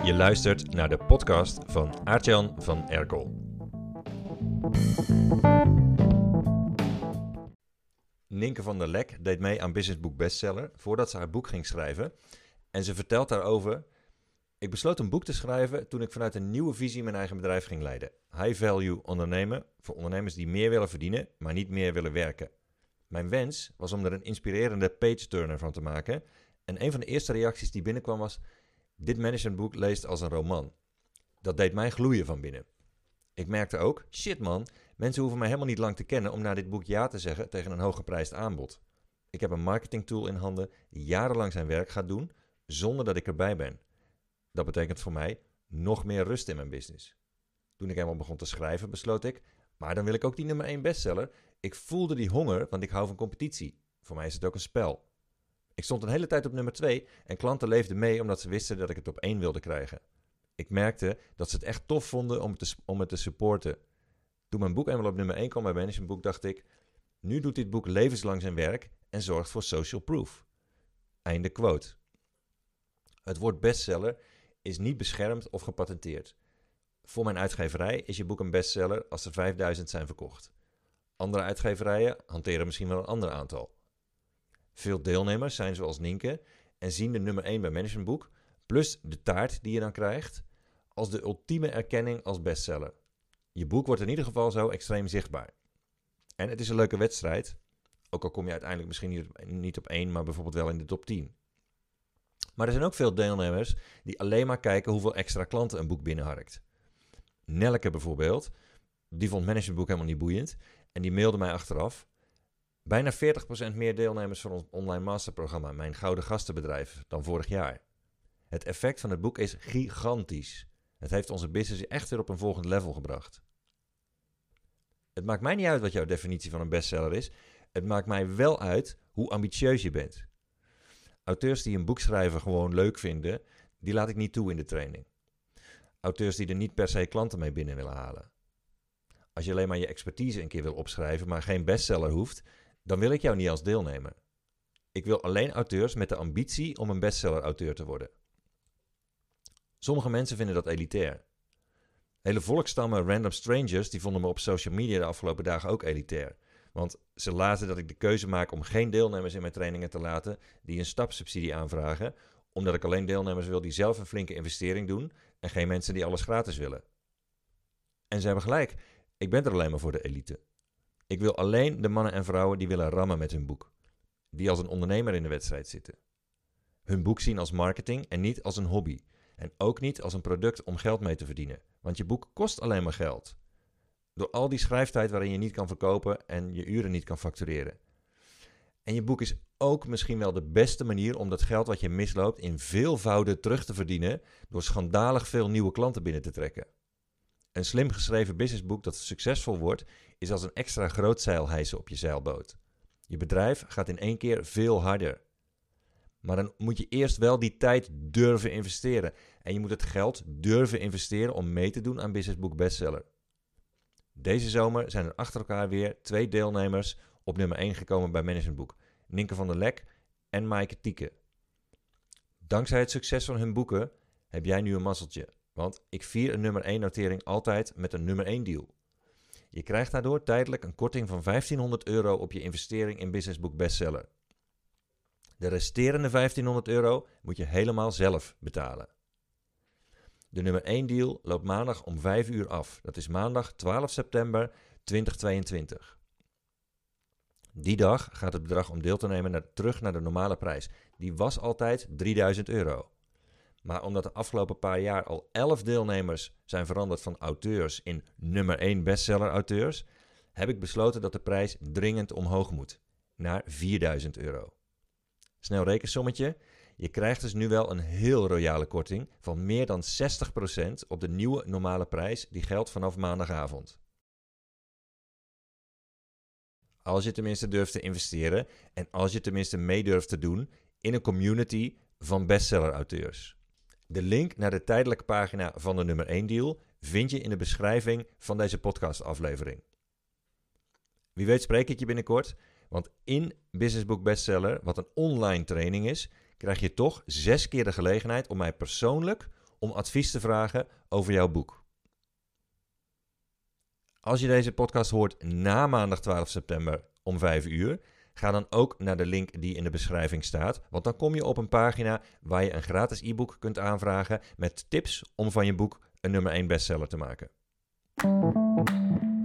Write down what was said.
Je luistert naar de podcast van Aart-Jan van Erkel. Nienke van der Lek deed mee aan Business Book Bestseller voordat ze haar boek ging schrijven. En ze vertelt daarover: ik besloot een boek te schrijven toen ik vanuit een nieuwe visie mijn eigen bedrijf ging leiden. High value ondernemen voor ondernemers die meer willen verdienen, maar niet meer willen werken. Mijn wens was om er een inspirerende page-turner van te maken. En een van de eerste reacties die binnenkwam was: dit managementboek leest als een roman. Dat deed mij gloeien van binnen. Ik merkte ook: shit man, mensen hoeven mij helemaal niet lang te kennen om naar dit boek ja te zeggen tegen een hooggeprijsd aanbod. Ik heb een marketingtool in handen die jarenlang zijn werk gaat doen zonder dat ik erbij ben. Dat betekent voor mij nog meer rust in mijn business. Toen ik eenmaal begon te schrijven besloot ik: maar dan wil ik ook die nummer 1 bestseller. Ik voelde die honger, want ik hou van competitie. Voor mij is het ook een spel. Ik stond een hele tijd op nummer 2 en klanten leefden mee omdat ze wisten dat ik het op 1 wilde krijgen. Ik merkte dat ze het echt tof vonden om het te supporten. Toen mijn boek eenmaal op nummer 1 kwam bij Managementboek dacht ik: nu doet dit boek levenslang zijn werk en zorgt voor social proof. Einde quote. Het woord bestseller is niet beschermd of gepatenteerd. Voor mijn uitgeverij is je boek een bestseller als er 5000 zijn verkocht. Andere uitgeverijen hanteren misschien wel een ander aantal. Veel deelnemers zijn zoals Nienke en zien de nummer 1 bij Managementboek, plus de taart die je dan krijgt, als de ultieme erkenning als bestseller. Je boek wordt in ieder geval zo extreem zichtbaar. En het is een leuke wedstrijd, ook al kom je uiteindelijk misschien niet op 1, maar bijvoorbeeld wel in de top 10. Maar er zijn ook veel deelnemers die alleen maar kijken hoeveel extra klanten een boek binnenharkt. Nelleke bijvoorbeeld, die vond Managementboek helemaal niet boeiend en die mailde mij achteraf: bijna 40% meer deelnemers van ons online masterprogramma, mijn Gouden Gastenbedrijf, dan vorig jaar. Het effect van het boek is gigantisch. Het heeft onze business echt weer op een volgend level gebracht. Het maakt mij niet uit wat jouw definitie van een bestseller is. Het maakt mij wel uit hoe ambitieus je bent. Auteurs die een boek schrijven gewoon leuk vinden, die laat ik niet toe in de training. Auteurs die er niet per se klanten mee binnen willen halen. Als je alleen maar je expertise een keer wil opschrijven, maar geen bestseller hoeft, dan wil ik jou niet als deelnemer. Ik wil alleen auteurs met de ambitie om een bestseller-auteur te worden. Sommige mensen vinden dat elitair. Hele volkstammen random strangers die vonden me op social media de afgelopen dagen ook elitair. Want ze laten dat ik de keuze maak om geen deelnemers in mijn trainingen te laten die een stapsubsidie aanvragen, omdat ik alleen deelnemers wil die zelf een flinke investering doen en geen mensen die alles gratis willen. En ze hebben gelijk. Ik ben er alleen maar voor de elite. Ik wil alleen de mannen en vrouwen die willen rammen met hun boek. Die als een ondernemer in de wedstrijd zitten. Hun boek zien als marketing en niet als een hobby. En ook niet als een product om geld mee te verdienen. Want je boek kost alleen maar geld. Door al die schrijftijd waarin je niet kan verkopen en je uren niet kan factureren. En je boek is ook misschien wel de beste manier om dat geld wat je misloopt in veelvouden terug te verdienen door schandalig veel nieuwe klanten binnen te trekken. Een slim geschreven businessboek dat succesvol wordt, is als een extra groot zeil hijsen op je zeilboot. Je bedrijf gaat in 1 keer veel harder. Maar dan moet je eerst wel die tijd durven investeren. En je moet het geld durven investeren om mee te doen aan Business Book Bestseller. Deze zomer zijn er achter elkaar weer 2 deelnemers op nummer 1 gekomen bij Managementboek. Nienke van der Lek en Maaike Tieke. Dankzij het succes van hun boeken heb jij nu een mazzeltje. Want ik vier een nummer 1 notering altijd met een nummer 1 deal. Je krijgt daardoor tijdelijk een korting van €1500 op je investering in Business Book Bestseller. De resterende €1500 moet je helemaal zelf betalen. De nummer 1 deal loopt maandag om 5 uur af. Dat is maandag 12 september 2022. Die dag gaat het bedrag om deel te nemen terug naar de normale prijs. Die was altijd €3000. Maar omdat de afgelopen paar jaar al 11 deelnemers zijn veranderd van auteurs in nummer 1 bestseller-auteurs, heb ik besloten dat de prijs dringend omhoog moet, naar €4000. Snel rekensommetje, je krijgt dus nu wel een heel royale korting van meer dan 60% op de nieuwe normale prijs die geldt vanaf maandagavond. Als je tenminste durft te investeren en als je tenminste mee durft te doen in een community van bestseller-auteurs. De link naar de tijdelijke pagina van de nummer 1 deal vind je in de beschrijving van deze podcastaflevering. Wie weet spreek ik je binnenkort, want in Business Book Bestseller, wat een online training is, krijg je toch 6 keer de gelegenheid om mij persoonlijk om advies te vragen over jouw boek. Als je deze podcast hoort na maandag 12 september om 5 uur, ga dan ook naar de link die in de beschrijving staat, want dan kom je op een pagina waar je een gratis e-book kunt aanvragen met tips om van je boek een nummer 1 bestseller te maken.